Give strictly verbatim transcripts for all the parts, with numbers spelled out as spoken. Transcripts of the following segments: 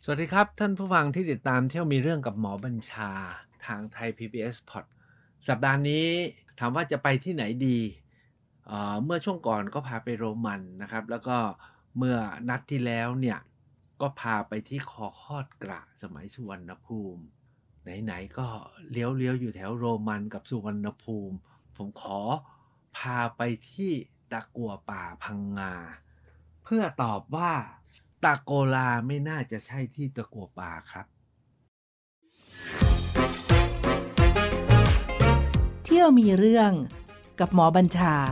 สวัสดีครับท่านผู้ฟังที่ติดตามเที่ยวมีเรื่องกับหมอบัญชาทางไทย พี บี เอส Pod สัปดาห์นี้ถามว่าจะไปที่ไหนดีเอ่อเมื่อช่วงก่อนก็พาไปโรมันนะครับแล้วก็เมื่อนัดที่แล้วเนี่ยก็พาไปที่คอคอดกระสมัยสุวรรณภูมิไหนๆก็เลี้ยวๆอยู่แถวโรมันกับสุวรรณภูมิผมขอพาไปที่ตะกั่วป่าพังงาเพื่อตอบว่าตะโกลาไม่น่าจะใช่ที่ตะกั่วป่าครับเที่ยวมีเรื่องกับหมอบัญชา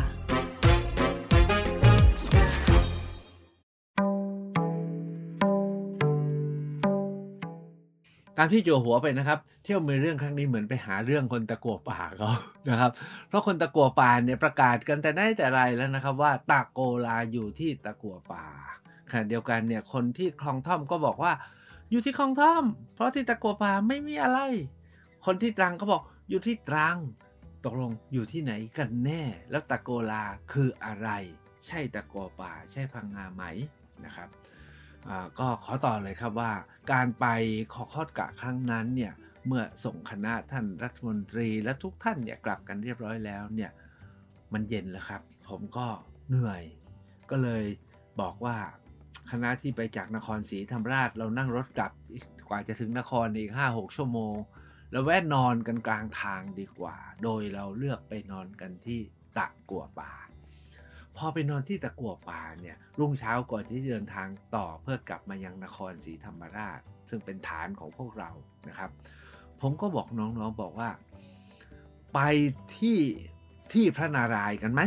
ตามที่จั่วหัวไปนะครับเที่ยวมีเรื่องครั้งนี้เหมือนไปหาเรื่องคนตะกั่วป่าเขานะครับเพราะคนตะกั่วป่าเนี่ยประกาศกันแต่ไหนแต่ไรแล้วนะครับว่าตะโกลาอยู่ที่ตะกั่วป่าขณะเดียวกันเนี่ยคนที่คลองท่อมก็บอกว่าอยู่ที่คลองท่อมเพราะที่ตะกั่วป่าไม่มีอะไรคนที่ตรังก็บอกอยู่ที่ตรังตกลงอยู่ที่ไหนกันแน่แล้วตะโกลาคืออะไรใช่ตะกั่วป่าใช่พังงาไหมนะครับ อ่าก็ขอต่อเลยครับว่าการไปคอคอดกะครั้งนั้นเนี่ยเมื่อส่งคณะท่านรัฐมนตรีและทุกท่านเนี่ยกลับกันเรียบร้อยแล้วเนี่ยมันเย็นแล้วครับผมก็เหนื่อยก็เลยบอกว่าคณะที่ไปจากนครศรีธรรมราชเรานั่งรถกลับกว่าจะถึงนครอีก ห้าหก ชั่วโมงแล้วแวะนอนกันกลางทางดีกว่าโดยเราเลือกไปนอนกันที่ตะกั่วป่า พอไปนอนที่ตะกั่วป่าเนี่ยรุ่งเช้าก่อนที่จะเดินทางต่อเพื่อกลับมายังนครศรีธรรมราชซึ่งเป็นฐานของพวกเรานะครับผมก็บอกน้องๆบอกว่าไปที่ที่พระนารายณ์กันไหม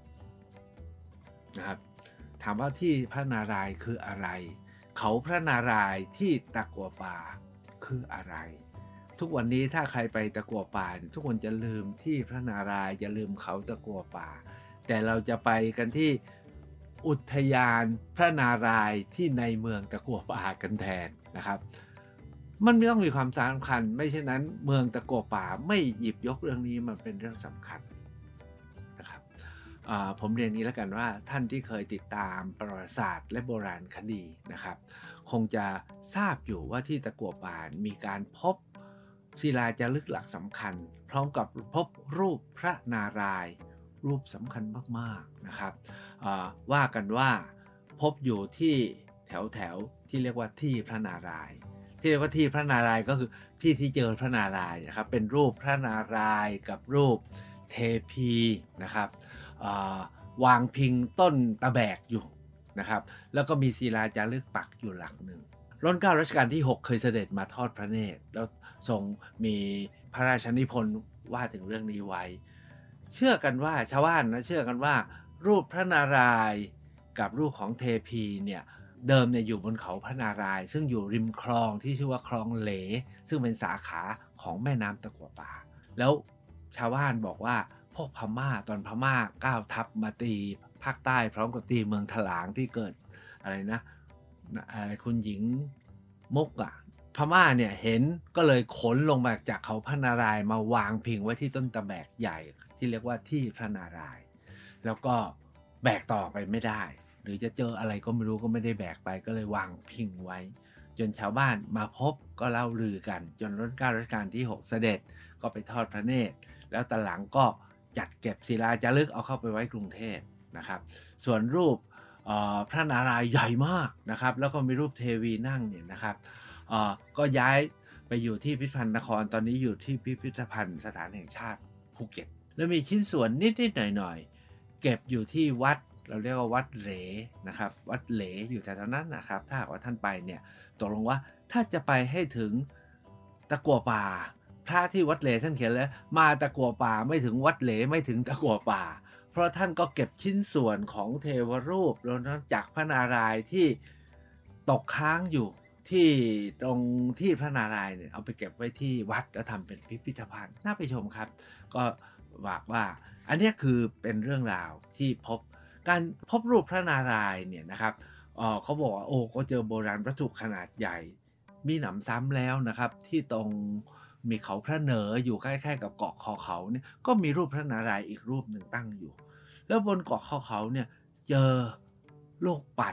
นะครับถามว่าที่พระนารายณ์คืออะไรเขาพระนารายณ์ที่ตะกั่วป่าคืออะไรทุกวันนี้ถ้าใครไปตะกั่วป่าทุกคนจะลืมที่พระนารายณ์จะลืมเขาตะกั่วป่า แต่เราจะไปกันที่อุทยานพระนารายณ์ที่ในเมืองตะกั่วป่ากันแทนนะครับมันไม่ต้องมีความสำคัญไม่เช่นนั้นเมืองตะกั่วป่าไม่หยิบยกเรื่องนี้มาเป็นเรื่องสำคัญนะครับผมเรียนนี้แล้วกันว่าท่านที่เคยติดตามประวัติศาสตร์และโบราณคดีนะครับคงจะทราบอยู่ว่าที่ตะกั่วป่ามีการพบศิลาจารึกหลักสำคัญพร้อมกับพบรูปพระนารายณ์รูปสำคัญมากๆนะครับว่ากันว่าพบอยู่ที่แถวแถวที่เรียกว่าที่พระนารายณ์ที่เรียกว่าที่พระนารายณ์ก็คือที่ที่เจอพระนารายณ์นะครับเป็นรูปพระนารายณ์กับรูปเทพีนะครับวางพิงต้นตะแบกอยู่นะครับแล้วก็มีศิลาจารึกปักอยู่หลักหนึ่งรัชกาลรัชกาลที่หกเคยเสด็จมาทอดพระเนตรแล้วทรงมีพระราชนิพนธ์ว่าถึงเรื่องนี้ไว้เชื่อกันว่าชาวบ้านนะเชื่อกันว่ารูปพระนารายณ์กับรูปของเทพีเนี่ยเดิมเนี่ยอยู่บนเขาพระนารายณ์ซึ่งอยู่ริมคลองที่ชื่อว่าคลองเหลซึ่งเป็นสาขาของแม่น้ำตะกั่วป่าแล้วชาวบ้านบอกว่าพวกพม่าตอนพม่าก้าวทัพมาตีภาคใต้พร้อมกับตีเมืองถลางที่เกิดอะไรนะอะไรคุณหญิงมุกอ่ะพม่าเนี่ยเห็นก็เลยขนลงมาจากเขาพระนารายณ์มาวางพิงไว้ที่ต้นตะแบกใหญ่ที่เรียกว่าที่พระนารายณ์แล้วก็แบกต่อไปไม่ได้หรือจะเจออะไรก็ไม่รู้ก็ไม่ได้แบกไปก็เลยวางพิงไว้จนชาวบ้านมาพบก็เล่าลือกันจนรัชกาลรัชกาลที่หกเสด็จก็ไปทอดพระเนตรแล้วตอนหลังก็จัดเก็บศิลาจารึกเอาเข้าไปไว้กรุงเทพนะครับส่วนรูปพระนารายณ์ใหญ่มากนะครับแล้วก็มีรูปเทวีนั่งเนี่ยนะครับก็ย้ายไปอยู่ที่พิพิธภัณฑ์นครตอนนี้อยู่ที่พิพิธภัณฑ์สถานแห่งชาติภูเก็ตแล้วมีชิ้นส่วนนิดๆหน่อยๆเก็บอยู่ที่วัดเราเรียกว่าวัดเหลนะครับวัดเหลอยู่แถวๆนั้นนะครับถ้าหากว่าท่านไปเนี่ยตกลงว่าถ้าจะไปให้ถึงตะกั่วป่าพระที่วัดเหลท่านเขียนเลยมาตะกั่วป่าไม่ถึงวัดเหลไม่ถึงตะกั่วป่าเพราะท่านก็เก็บชิ้นส่วนของเทวรูปแล้วนอกจากพระนารายณ์ที่ตกค้างอยู่ที่ตรงที่พระนารายณ์เนี่ยเอาไปเก็บไว้ที่วัดแล้วทำเป็นพิพิธภัณฑ์น่าไปชมครับก็บอกว่าอันนี้คือเป็นเรื่องราวที่พบการพบรูปพระนารายณ์เนี่ยนะครับเอ่อเขาบอกว่าโอ้ก็เจอโบราณวัตถุขนาดใหญ่มีหนำซ้ำแล้วนะครับที่ตรงมีเขาพระเหนออยู่ใกล้ๆกับเกาะคอเขาเนี่ยก็มีรูปพระนารายณ์อีกรูปหนึ่งตั้งอยู่แล้วบนเกาะคอเขาเนี่ยเจอลูกปัด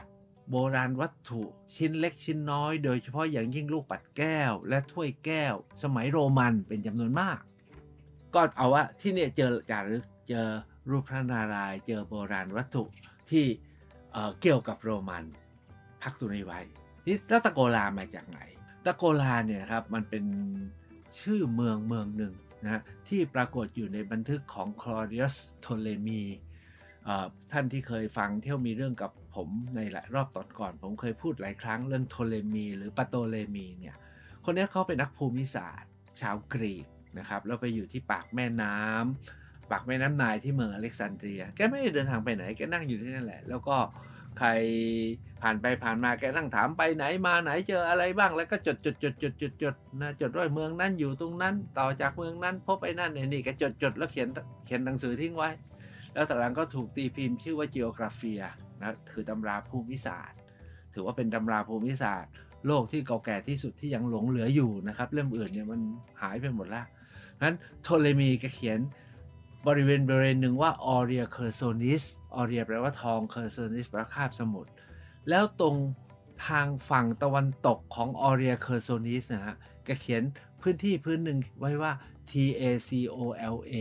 โบราณวัตถุชิ้นเล็กชิ้นน้อยโดยเฉพาะอย่างยิ่งลูกปัดแก้วและถ้วยแก้วสมัยโรมันเป็นจำนวนมากก็เอาว่าที่เนี่ยเจอจารึกเจอรูปพระนารายณ์เจอโบราณวัตถุที่เอ่อเกี่ยวกับโรมันพักตรงนี้ไว้นี่แล้วตะโกลามาจากไหนตะโกลาเนี่ยครับมันเป็นชื่อเมืองเมืองหนึ่งนะที่ปรากฏอยู่ในบันทึกของคลอเดียสโทเลมีท่านที่เคยฟังเที่ยวมีเรื่องกับผมในหลายรอบตอนก่อนผมเคยพูดหลายครั้งเรื่องโทเลมีหรือปาโตเลมีเนี่ยคนนี้เขาเป็นนักภูมิศาสตร์ชาวกรีกนะครับแล้วไปอยู่ที่ปากแม่น้ำปากแม่น้ำไนล์ที่เมืองอเล็กซานเดรียแกไม่ได้เดินทางไปไหนแกนั่งอยู่ที่นั่นแหละแล้วก็ใครผ่านไปผ่านมาแกนั่งถามไปไหนมาไหนเจออะไรบ้างแล้วก็จดจดจดจดจดจดนะจดว่าเมืองนั้นอยู่ตรงนั้นต่อจากเมืองนั้นพบไอ้นั่นไอ้นี่แกจดจดแล้วเขียนเขียนหนังสือทิ้งไว้แล้วต่อหลังก็ถูกตีพิมพ์ชื่อว่า Geographia นะคือตำราภูมิศาสตร์ถือว่าเป็นตำราภูมิศาสตร์โลกที่เก่าแก่ที่สุดที่ยังหลงเหลืออยู่นะครับเล่มอื่นเนี่ยมันหายไปหมดแล้วนั้นโทเลมีก็เขียนบริเวณบริเวณหนึ่งว่า Aurea Chersonis Aurea แปลว่าทอง Chersonis แปลว่าคาบสมุทรแล้วตรงทางฝั่งตะวันตกของ Aurea Chersonis นะฮะก็เขียนพื้นที่พื้นหนึ่งไว้ว่า T A C O L A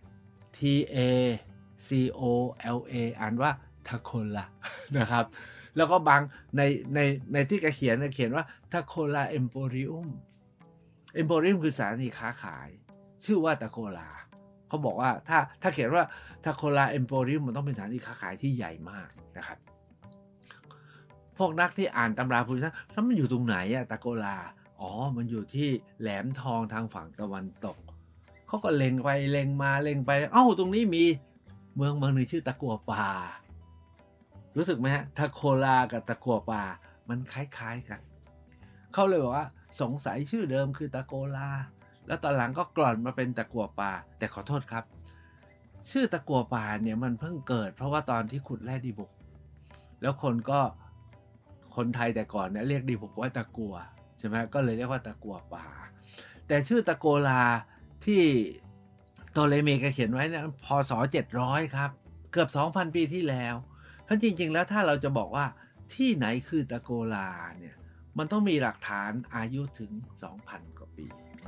T A C O L A อ่านว่าทาโคลานะครับแล้วก็บางในในในที่แกเขียนเขียนว่าทาโคลาเอ็มโพริอุมเอ็มโพริอุมคือสถานีค้าขายชื่อว่าตาโคลาเขาบอกว่าถ้าถ้าเขียนว่าทาโคลาเอ็มโพริอุมมันต้องเป็นสถานีค้าขายที่ใหญ่มากนะครับพวกนักที่อ่านตำราพุทธศาสนาแล้วมันอยู่ตรงไหนอะตาโกลาอ๋อมันอยู่ที่แหลมทองทางฝั่งตะวันตกเขาก็เล็งไปเล็งมาเล็งไปเอ้าตรงนี้มีเมืองเมืองหนึ่งชื่อตะกัวป่ารู้สึกไหมฮะทาโคลากับตะกัวป่ามันคล้ายๆกันเขาเลยบอกว่าสงสัยชื่อเดิมคือตะโกลาแล้วตอนหลังก็กล่อนมาเป็นตะกัวป่าแต่ขอโทษครับชื่อตะกัวป่าเนี่ยมันเพิ่งเกิดเพราะว่าตอนที่ขุดแร่ดีบุกแล้วคนก็คนไทยแต่ก่อนเนี่ยเรียกดีบุกว่าตะกัวใช่ไหมก็เลยเรียกว่าตะกัวป่าแต่ชื่อตะโกลาที่โตเลมีแกเขียนไว้เนี่ยพศเจ็ดร้อยครับเกือบ สองพัน ปีที่แล้วเพราะจริงๆแล้วถ้าเราจะบอกว่าที่ไหนคือตะโกลาเนี่ยมันต้องมีหลักฐานอายุถึง สองพัน กว่าปี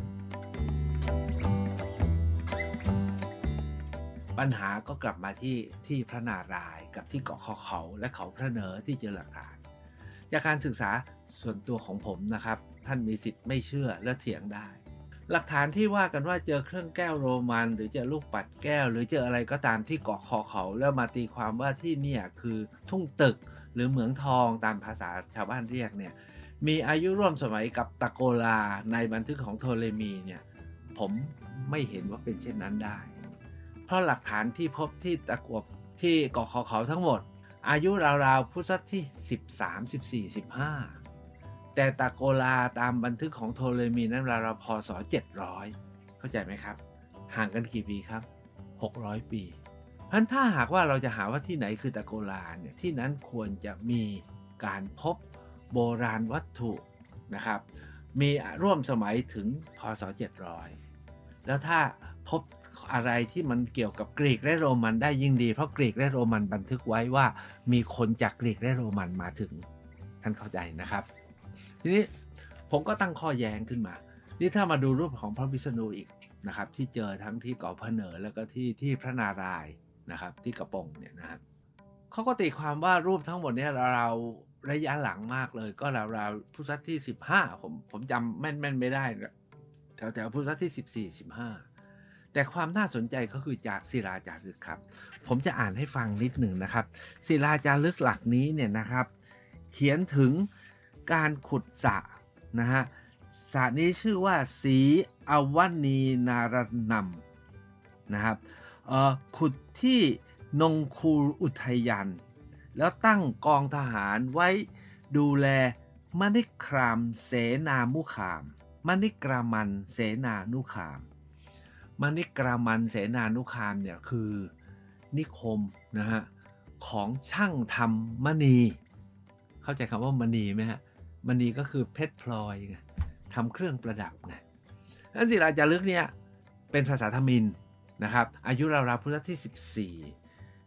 ปัญหาก็กลับมาที่ที่พระนารายณ์กับที่เกาะคอเขาและเขาพระเนอที่เจอหลักฐานจากการศึกษาส่วนตัวของผมนะครับท่านมีสิทธิ์ไม่เชื่อและเถียงได้หลักฐานที่ว่ากันว่าเจอเครื่องแก้วโรมันหรือเจอลูกปัดแก้วหรือเจออะไรก็ตามที่เกาะคอเขาแล้วมาตีความว่าที่เนี่ยคือทุ่งตึกหรือเหมืองทองตามภาษาชาวบ้านเรียกเนี่ยมีอายุร่วมสมัยกับตะโกลาในบันทึกของโทเลมีเนี่ยผมไม่เห็นว่าเป็นเช่นนั้นได้เพราะหลักฐานที่พบที่ตะกัวที่เกาะคอเขาทั้งหมดอายุราวๆพุทธศตวรรษที่สิบสาม สิบสี่ สิบห้าแต่ตะโกลาตามบันทึกของโทเลมีนั้นราวๆพศเจ็ดร้อยเข้าใจไหมครับห่างกันกี่ปีครับหกร้อยปีเพราะฉะนั้นถ้าหากว่าเราจะหาว่าที่ไหนคือตะโกลาเนี่ยที่นั้นควรจะมีการพบโบราณวัตถุนะครับมีร่วมสมัยถึงพศเจ็ดร้อยแล้วถ้าพบอะไรที่มันเกี่ยวกับกรีกและโรมันได้ยิ่งดีเพราะกรีกและโรมันบันทึกไว้ว่ามีคนจากกรีกและโรมันมาถึงท่านเข้าใจนะครับทีนี้ผมก็ตั้งข้อแย้งขึ้นมานี่ถ้ามาดูรูปของพระวิษณุอีกนะครับที่เจอทั้งที่เกาะพะเนอแล้วก็ที่ที่พระนารายณ์นะครับที่กระปงเนี่ยนะครับเขาก็ตีความว่ารูปทั้งหมดนี้เราระยะหลังมากเลยก็ราวๆพุทธศตวรรษที่สิบห้าผมผมจำแม่นแม่นไม่ได้แถวแถวพุทธศตวรรษที่สิบสี่ สิบห้าแต่ความน่าสนใจก็คือจากศิลาจารึกครับผมจะอ่านให้ฟังนิดหนึ่งนะครับศิลาจารึกหลักนี้เนี่ยนะครับเขียนถึงการขุดสระนะฮะสระนี้ชื่อว่าศรีอวณีนารนัมนะครับเอ่อขุดที่นงคูอุทยันแล้วตั้งกองทหารไว้ดูแลมณิครามเสนามุขามมณิกรามันเสนานุขามมณิกรามันเสนานุขามเนี่ยคือนิคมนะฮะของช่างทำมณีเข้าใจคำว่ามณีไหมฮะมณีก็คือเพชรพลอยไงทำเครื่องประดับไงแล้วศิลาจารึกเนี่ยเป็นภาษาทมิฬนะครับอายุราวๆพุทธศตวรรษที่สิบสี่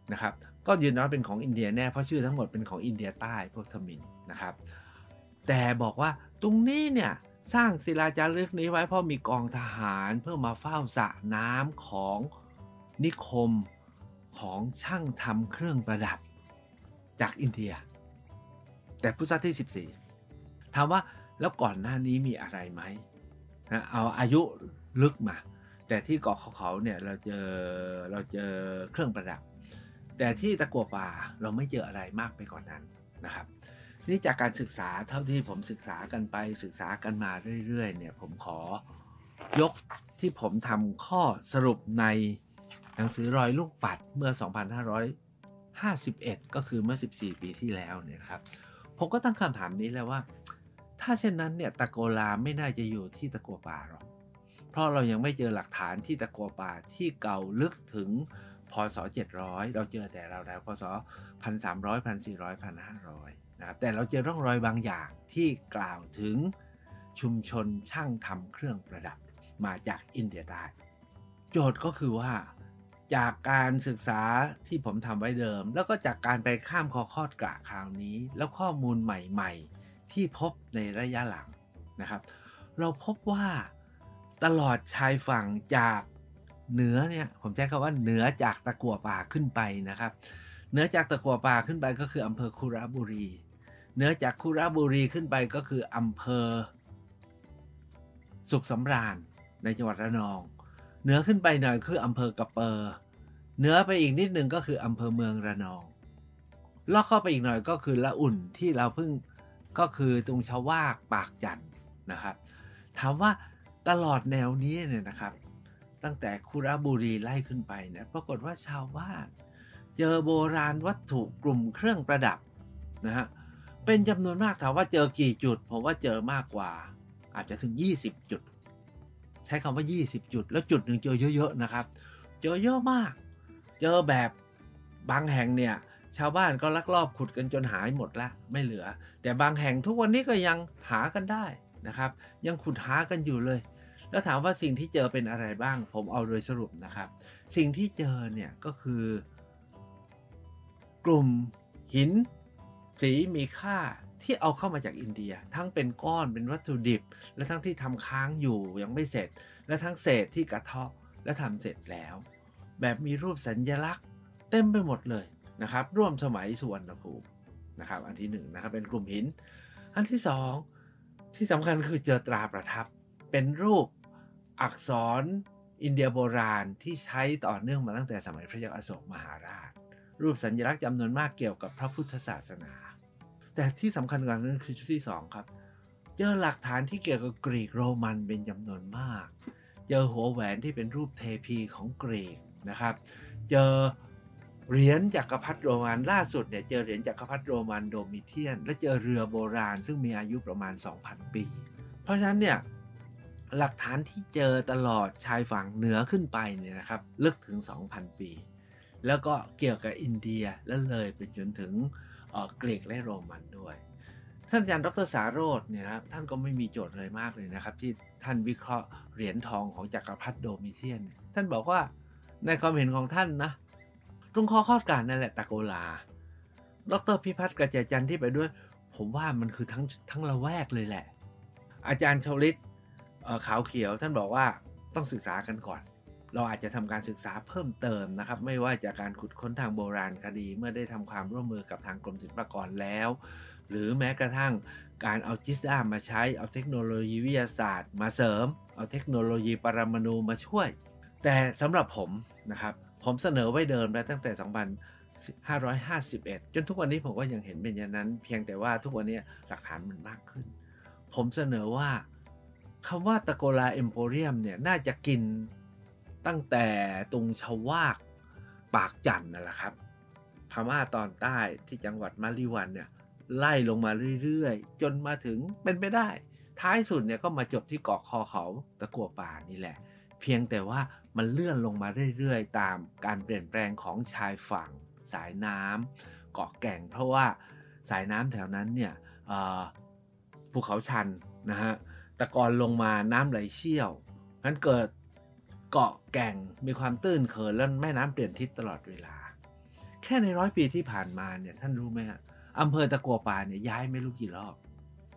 นะครับก็ยืนยันว่าเป็นของอินเดียแน่เพราะชื่อทั้งหมดเป็นของอินเดียใต้พวกทมิฬนะครับแต่บอกว่าตรงนี้เนี่ยสร้างศิลาจารึกนี้ไว้เพราะมีกองทหารเพื่อมาเฝ้าสระน้ำของนิคมของช่างทำเครื่องประดับจากอินเดียแต่พุทธศตวรรษที่สิบสี่ถามว่าแล้วก่อนหน้านี้มีอะไรไหมนะเอาอายุลึกมาแต่ที่เกาะเขาเนี่ยเราเจอเราเจอเครื่องประดับแต่ที่ตะกั่วป่าเราไม่เจออะไรมากไปกว่านนั้นนะครับนี่จากการศึกษาเท่าที่ผมศึกษากันไปศึกษากันมาเรื่อยๆเนี่ยผมขอยกที่ผมทำข้อสรุปในหนังสือรอยลูกปัดเมื่อ สองพันห้าร้อยห้าสิบเอ็ด ก็คือเมื่อสิบสี่ปีที่แล้วเนี่ยครับผมก็ตั้งคำถามนี้แล้วว่าถ้าเช่นนั้นเนี่ยตะโกลาไม่น่าจะอยู่ที่ตะกั่วป่าหรอกเพราะเรายังไม่เจอหลักฐานที่ตะกั่วป่าที่เก่าลึกถึงพ.ศ. เจ็ดร้อยเราเจอแต่เราแล้วพ.ศ. หนึ่งพันสามร้อย หนึ่งพันสี่ร้อย หนึ่งพันห้าร้อยนะครับแต่เราเจอร่องรอยบางอย่างที่กล่าวถึงชุมชนช่างทำเครื่องประดับมาจากอินเดียได้โจทย์ก็คือว่าจากการศึกษาที่ผมทำไว้เดิมแล้วก็จากการไปข้ามคอคอดกระคราวนี้แล้วข้อมูลใหม่ๆที่พบในระยะหลังนะครับเราพบว่าตลอดชายฝั่งจากเหนือเนี่ยผมใช้คำว่าเหนือจากตะกั่วป่าขึ้นไปนะครับเหนือจากตะกั่วป่าขึ้นไปก็คืออำเภอคุระบุรีเหนือจากคุระบุรีขึ้นไปก็คืออำเภอสุขสำราญในจังหวัดระนองเหนือขึ้นไปหน่อยคืออำเภอกะเปอร์เหนือไปอีกนิดนึงก็คืออำเภอเมืองระนองลอกเข้าไปอีกหน่อยก็คือละอุ่นที่เราเพิ่งก็คือตรงชวากปากจันทร์นะครับถามว่าตลอดแนวนี้เนี่ยนะครับตั้งแต่คุระบุรีไล่ขึ้นไปเนี่ยปรากฏว่าชาวบ้านเจอโบราณวัตถุกลุ่มเครื่องประดับนะฮะเป็นจำนวนมากถามว่าเจอกี่จุดผมว่าเจอมากกว่าอาจจะถึงยี่สิบจุดใช้คำว่ายี่สิบจุดแล้วจุดหนึ่งเจอเยอะๆนะครับเจอเยอะมากเจอแบบบางแห่งเนี่ยชาวบ้านก็ลักลอบขุดกันจนหายหมดแล้วไม่เหลือแต่บางแห่งทุกวันนี้ก็ยังหากันได้นะครับยังขุดหากันอยู่เลยแล้วถามว่าสิ่งที่เจอเป็นอะไรบ้างผมเอาโดยสรุปนะครับสิ่งที่เจอเนี่ยก็คือกลุ่มหินสีมีค่าที่เอาเข้ามาจากอินเดียทั้งเป็นก้อนเป็นวัตถุดิบและทั้งที่ทำค้างอยู่ยังไม่เสร็จและทั้งเศษที่กระเทาะและทำเสร็จแล้วแบบมีรูปสัญลักษณ์เต็มไปหมดเลยนะครับร่วมสมัยสุวรรณภูมินะครับอันที่หนึ่งนะครับเป็นกลุ่มหินอันที่สองที่สำคัญคือเจอตราประทับเป็นรูปอักษรอินเดียโบราณที่ใช้ต่อเนื่องมาตั้งแต่สมัยพระเจ้าอโศกมหาราชรูปสัญลักษณ์จำนวนมากเกี่ยวกับพระพุทธศาสนาแต่ที่สำคัญกว่านั้นคือชุดที่สองครับเจอหลักฐานที่เกี่ยวกับกรีกโรมันเป็นจำนวนมากเจอหัวแหวนที่เป็นรูปเทพีของกรีกนะครับเจอเหรียญจักรพรรดิโรมันล่าสุดเนี่ยเจอเหรียญจักรพรรดิโรมันโดมิเทียนและเจอเรือโบราณซึ่งมีอายุประมาณ สองพัน ปีเพราะฉะนั้นเนี่ยหลักฐานที่เจอตลอดชายฝั่งเหนือขึ้นไปเนี่ยนะครับลึกถึง สองพัน ปีแล้วก็เกี่ยวกับอินเดียและเลยไปจนถึงกรีกและโรมันด้วยท่านอาจารย์ดร.สาโรจน์เนี่ยนะครับท่านก็ไม่มีโจทย์อะไรมากเลยนะครับที่ท่านวิเคราะห์เหรียญทองของจักรพรรดิโดมิเทียนท่านบอกว่าในความเห็นของท่านนะตรงข้อข้อการนั่นแหละตะโกลาดร.พิพัฒน์กระจายจันทร์ที่ไปด้วยผมว่ามันคือทั้งทั้งละแวกเลยแหละอาจารย์ชลิตขาวเขียวท่านบอกว่าต้องศึกษากันก่อนเราอาจจะทำการศึกษาเพิ่มเติมนะครับไม่ว่าจากการขุดค้นทางโบราณคดีเมื่อได้ทำความร่วมมือกับทางกรมศิลปากรแล้วหรือแม้กระทั่งการเอาจิสดามาใช้เอาเทคโนโลยีวิทยาศาสตร์มาเสริมเอาเทคโนโลยีปรมาณูมาช่วยแต่สำหรับผมนะครับผมเสนอไว้เดิมแล้วตั้งแต่ สองพันห้าร้อยห้าสิบเอ็ด จนทุกวันนี้ผมก็ยังเห็นเป็นอย่างนั้นเพียงแต่ว่าทุกวันนี้หลักฐานมันมากขึ้นผมเสนอว่าคำว่าตะโกลาเอ็มโพเรียมเนี่ยน่าจะกินตั้งแต่ตรงชวากปากจันทร์นั่นแหละครับพม่าตอนใต้ที่จังหวัดมะลิวันเนี่ยไล่ลงมาเรื่อยๆจนมาถึงเป็นไปได้ท้ายสุดเนี่ยก็มาจบที่เกาะคอเขาตะกั่วป่านี่แหละเพียงแต่ว่ามันเลื่อนลงมาเรื่อยๆตามการเปลี่ยนแปลงของชายฝั่งสายน้ำเกาะแก่งเพราะว่าสายน้ำแถวนั้นเนี่ยภูเขาชันนะฮะตะกอนลงมาน้ำไหลเชี่ยวงั้นเกิดเกาะแก่งมีความตื้นเขินและแม่น้ำเปลี่ยนทิศตลอดเวลาแค่ในร้อยปีที่ผ่านมาเนี่ยท่านรู้ไหมฮะอำเภอตะกัวป่าเนี่ยย้ายไม่รู้กี่รอบ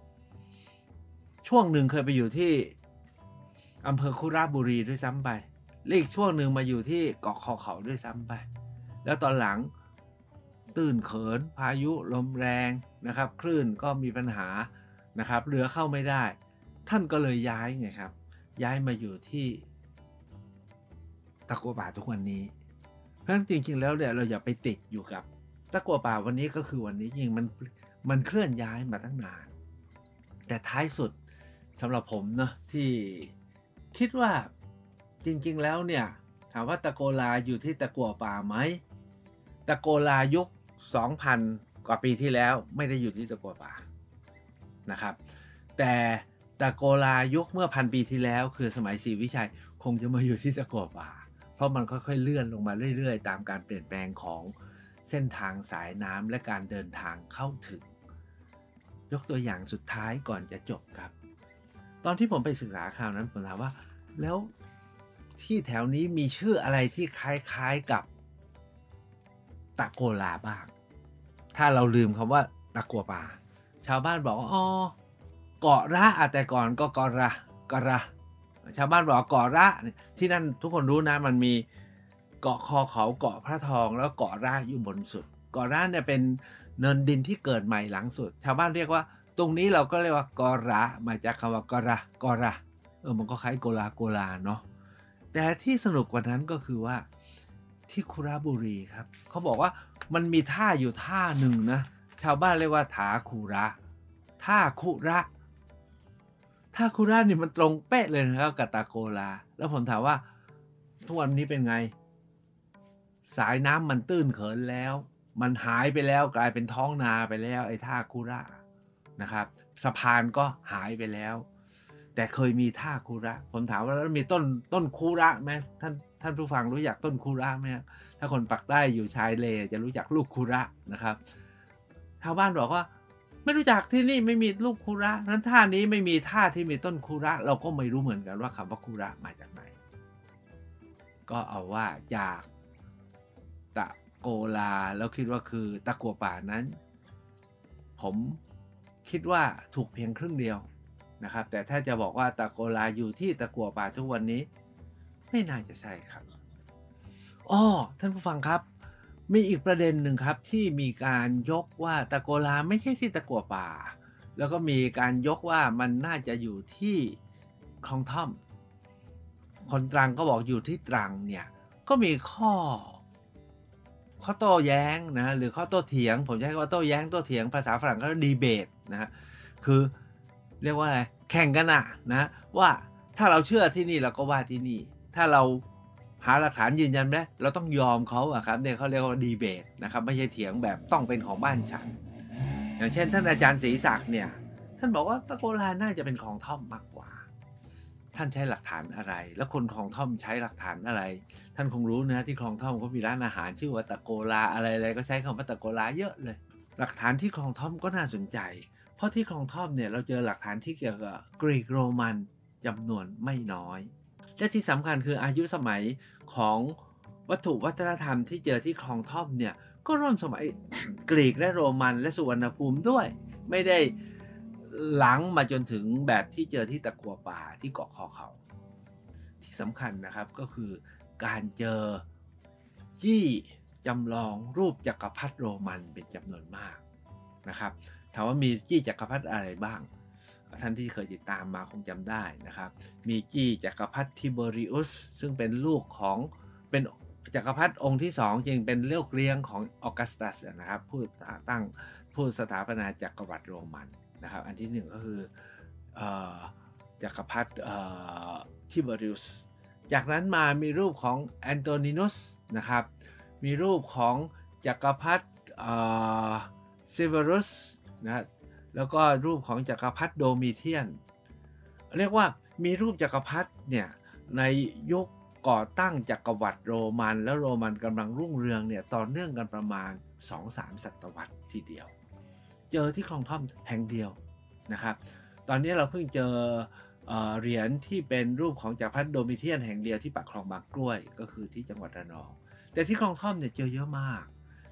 ช่วงหนึ่งเคยไปอยู่ที่อำเภอคุระบุรีด้วยซ้ำไปและอีกช่วงหนึ่งมาอยู่ที่เกาะคอเขาด้วยซ้ำไปแล้วตอนหลังตื้นเขินพายุลมแรงนะครับคลื่นก็มีปัญหานะครับเรือเข้าไม่ได้ท่านก็เลยย้ายไงครับย้ายมาอยู่ที่ตะกัวป่าทุกวันนี้เพราะฉะนั้นจริงๆแล้วเนี่ยเราอย่าไปติดอยู่กับตะกัวป่าวันนี้ก็คือวันนี้จริงมันมันเคลื่อนย้ายมาตั้งนานแต่ท้ายสุดสำหรับผมเนาะที่คิดว่าจริงๆแล้วเนี่ยถามว่าตะโกลาอยู่ที่ตะกัวป่าไหมตะโกลายุค สองพัน กว่าปีที่แล้วไม่ได้อยู่ที่ตะกัวป่านะครับแต่ตะโกลายุคเมื่อพันปีที่แล้วคือสมัยศรีวิชัยคงจะมาอยู่ที่ตะกัวป่าเพราะมันค่อยๆเลื่อนลงมาเรื่อยๆตามการเปลี่ยนแปลงของเส้นทางสายน้ำและการเดินทางเข้าถึงยกตัวอย่างสุดท้ายก่อนจะจบครับตอนที่ผมไปศึกษาข่าวนั้นผมถามว่าแล้วที่แถวนี้มีชื่ออะไรที่คล้ายๆกับตะโกลาบ้างถ้าเราลืมคำว่าตะกัวป่าชาวบ้านบอกว่าอ๋อเกาะระแต่ก่อนก็เกาะระเกาะระชาวบ้านบอกเกาะระที่นั่นทุกคนรู้นะมันมีเกาะคอเขาเกาะพระทองแล้วเกาะระอยู่บนสุดเกาะระเนี่ยเป็นเนินดินที่เกิดใหม่หลังสุดชาวบ้านเรียกว่าตรงนี้เราก็เรียกว่ากอระมาจากคำว่ากอระกอระเออมันก็คล้ายโกลาโกลาเนาะแต่ที่สนุกกว่านั้นก็คือว่าที่คุระบุรีครับเขาบอกว่ามันมีท่าอยู่ท่าหนึ่งนะชาวบ้านเรียกว่าถาคุระท่าคุระท่าคุระนี่มันตรงเป๊ะเลยนะครับกับตะโกลาแล้วผมถามว่าทุกวันนี้เป็นไงสายน้ำมันตื้นเขินแล้วมันหายไปแล้วกลายเป็นท้องนาไปแล้วไอ้ท่าคุระนะครับสะพานก็หายไปแล้วแต่เคยมีท่าคุระผมถามว่าแล้วมีต้นต้นคุระไหมท่านท่านผู้ฟังรู้จักต้นคุระไหมครับถ้าคนปักใต้อยู่ชายเลจะรู้จักลูกคุระนะครับชาวบ้านบอกว่าไม่รู้จักที่นี่ไม่มีลูกคุระนั้นท่านี้ไม่มีท่าที่มีต้นคุระเราก็ไม่รู้เหมือนกันว่าคำว่าคุระมาจากไหนก็เอาว่าจากตะโกลาแล้วคิดว่าคือตะกัวป่านั้นผมคิดว่าถูกเพียงครึ่งเดียวนะครับแต่ถ้าจะบอกว่าตะโกลาอยู่ที่ตะกัวป่าทุกวันนี้ไม่น่าจะใช่ครับอ้อท่านผู้ฟังครับมีอีกประเด็นหนึ่งครับที่มีการยกว่าตะโกลาไม่ใช่ที่ตะกัวป่าแล้วก็มีการยกว่ามันน่าจะอยู่ที่คลองท่อมคนตรังก็บอกอยู่ที่ตรังเนี่ยก็มีข้อข้อโต้แย้งนะหรือข้อโต้เถียงผมใช้คำว่าโต้แย้งโต้เถียงภาษาฝรั่งก็ดีเบตนะฮะคือเรียกว่าอะไรแข่งกันอะนะว่าถ้าเราเชื่อที่นี่เราก็ว่าที่นี่ถ้าเราหาหลักฐานยืนยันได้เราต้องยอมเขาอะครับเนี่ยเขาเรียกว่าดีเบตนะครับไม่ใช่เถียงแบบต้องเป็นของบ้านฉันอย่างเช่นท่านอาจารย์ศรีศักดิ์เนี่ยท่านบอกว่าตะโกลาน่าจะเป็นของท่อมมากกว่าท่านใช้หลักฐานอะไรแล้วคนคลองท่อมใช้หลักฐานอะไรท่านคงรู้นะที่คลองท่อมเขามีร้านอาหารชื่อว่าตะโกลาอะไรๆก็ใช้คำว่าตะโกลาเยอะเลยหลักฐานที่คลองท่อมก็น่าสนใจเพราะที่คลองท่อมเนี่ยเราเจอหลักฐานที่เกี่ยวกับกรีกโรมันจำนวนไม่น้อยและที่สำคัญคืออายุสมัยของวัตถุวัฒนธรรมที่เจอที่คลองท่อมเนี่ยก็ร่วมสมัย กรีกและโรมันและสุวรรณภูมิด้วยไม่ได้หลังมาจนถึงแบบที่เจอที่ตะกัวป่าที่เกาะคอเขาที่สำคัญนะครับก็คือการเจอจี้จำลองรูปจักรพรรดิโรมันเป็นจำนวนมากนะครับถามว่ามีจี้จักรพรรดิอะไรบ้างท่านที่เคยติดตามมาคงจำได้นะครับมีจี้จักรพรรดิทิเบอริอุสซึ่งเป็นลูกของเป็นจักรพรรดิองค์ที่สองจริงเป็นเลี้ยวเกรียงของออกัสตัสนะครับผู้ตั้งผู้สถาปนาจักรวรรดิโรมันนะครับอันที่หนึ่งก็คือจักรพรรดิทิเบอริอุสจากนั้นมามีรูปของแอนโตนินุสนะครับมีรูปของจักรพรรดิเซเวรุสนะแล้วก็รูปของจักรพรรดิโดมิเทียนเรียกว่ามีรูปจักรพรรดิเนี่ยในยุคก่อตั้งจักรวรรดิโรมันแล้วโรมันกำลังรุ่งเรืองเนี่ยต่อเนื่องกันประมาณ สองถึงสาม ศตวรรษทีเดียวเจอที่คลองท่อมแห่งเดียวนะครับตอนนี้เราเพิ่งเจอเหรียญที่เป็นรูปของจักรพรรดิโดมิเทียนแห่งเดียวที่ปากคลองบางกล้วยก็คือที่จังหวัดระนองแต่ที่คลองท่อมเนี่ยเจอเยอะมาก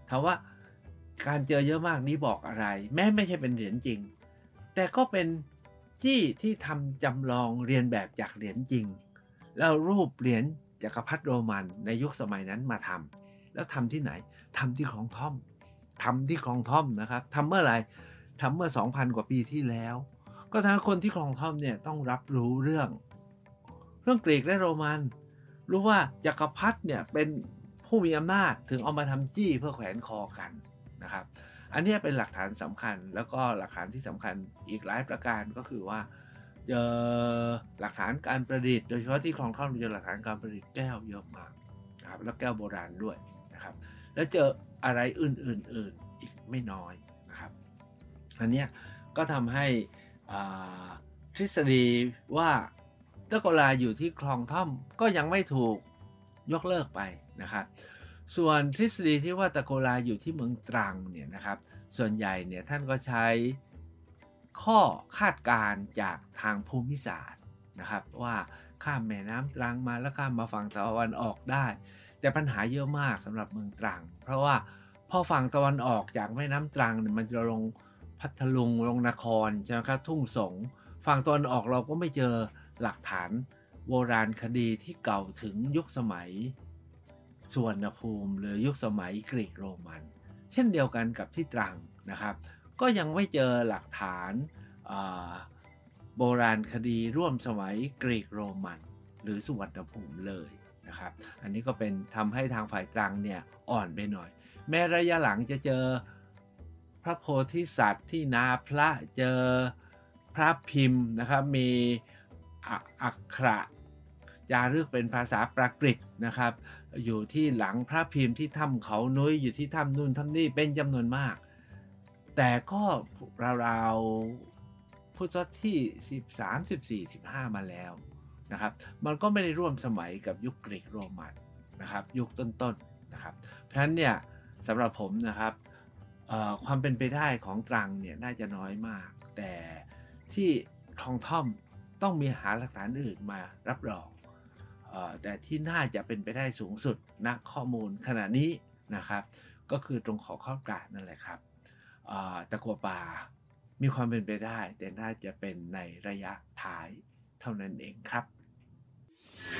ถามว่าการเจอเยอะมากนี้บอกอะไร แม้ไม่ใช่เป็นเหรียญจริงแต่ก็เป็นจี้ที่ทำจำลองเรียนแบบจากเหรียญจริงแล้วรูปเหรียญจักรพรรดิโรมันในยุคสมัยนั้นมาทำแล้วทำที่ไหนทำที่คลองท่อมทำที่คลองท่อมนะครับทำเมื่อไหร่ทำเมื่อ สองพัน กว่าปีที่แล้วก็ทั้งคนที่คลองท่อมเนี่ยต้องรับรู้เรื่องเรื่องกรีกและโรมันรู้ว่าจักรพรรดิเนี่ยเป็นผู้มีอำนาจถึงเอามาทำจี้เพื่อแขวนคอกันนะครับอันนี้เป็นหลักฐานสำคัญแล้วก็หลักฐานที่สำคัญอีกหลายประการก็คือว่าเจอหลักฐานการประดิษฐ์โดยเฉพาะที่คลองท่อมเจอหลักฐานการประดิษฐ์แก้วเยอะมากนะครับแล้วแก้วโบราณด้วยนะครับแล้วเจออะไรอื่นๆอีกไม่น้อยนะครับอันนี้ก็ทำให้ทฤษฎีว่าตะโกลาอยู่ที่คลองท่อมก็ยังไม่ถูกยกเลิกไปนะครับส่วนทฤษฎีที่ว่าตะโกลาอยู่ที่เมืองตรังเนี่ยนะครับส่วนใหญ่เนี่ยท่านก็ใช้ข้อคาดการณ์จากทางภูมิศาสตร์นะครับว่าข้ามแม่น้ำตรังมาแล้วข้ามมาฝั่งตะวันออกได้แต่ปัญหาเยอะมากสำหรับเมืองตรังเพราะว่าพอฝั่งตะวันออกจากแม่น้ำตรังเนี่ยมันจะลงพัทลุงลงนครใช่ไหมครับทุ่งสงฝั่งตะวันออกเราก็ไม่เจอหลักฐานโบราณคดีที่เก่าถึงยุคสมัยสุวรรณภูมิหรือยุคสมัยกรีกโรมันเช่นเดียวกันกับที่ตรังนะครับก็ยังไม่เจอหลักฐานโบราณคดีร่วมสมัยกรีกโรมันหรือสุวรรณภูมิเลยนะครับอันนี้ก็เป็นทำให้ทางฝ่ายตรังเนี่ยอ่อนไปหน่อยแม้ระยะหลังจะเจอพระโพธิสัตว์ที่นาพระเจอพระพิมพ์นะครับมีอักขระจารึกเป็นภาษาปรากฤตนะครับอยู่ที่หลังพระพิมพ์ที่ถ้ำเขานุ้ยอยู่ที่ถ้ำนู่นถ้ำนี่เป็นจำนวนมากแต่ก็ราวๆพุทธศตวรรษที่สิบสาม สิบสี่ สิบห้ามาแล้วนะครับมันก็ไม่ได้ร่วมสมัยกับยุคกรีกโรมันนะครับยุคต้นๆ น, นะครับเพราะฉะนั้นเนี่ยสำหรับผมนะครับความเป็นไปได้ของตรังเนี่ยน่าจะน้อยมากแต่ที่คลองท่อมต้องมีหาหลักฐานอื่นมารับรองแต่ที่น่าจะเป็นไปได้สูงสุดณข้อมูลขณะนี้นะครับก็คือตรงขอข้อกราบนั่นแหละครับตะกั่วป่ามีความเป็นไปได้แต่น่าจะเป็นในระยะท้ายเท่านั้นเองครับ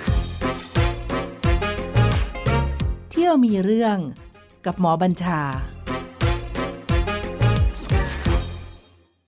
เที่ยวมีเรื่องกับหมอบัญชา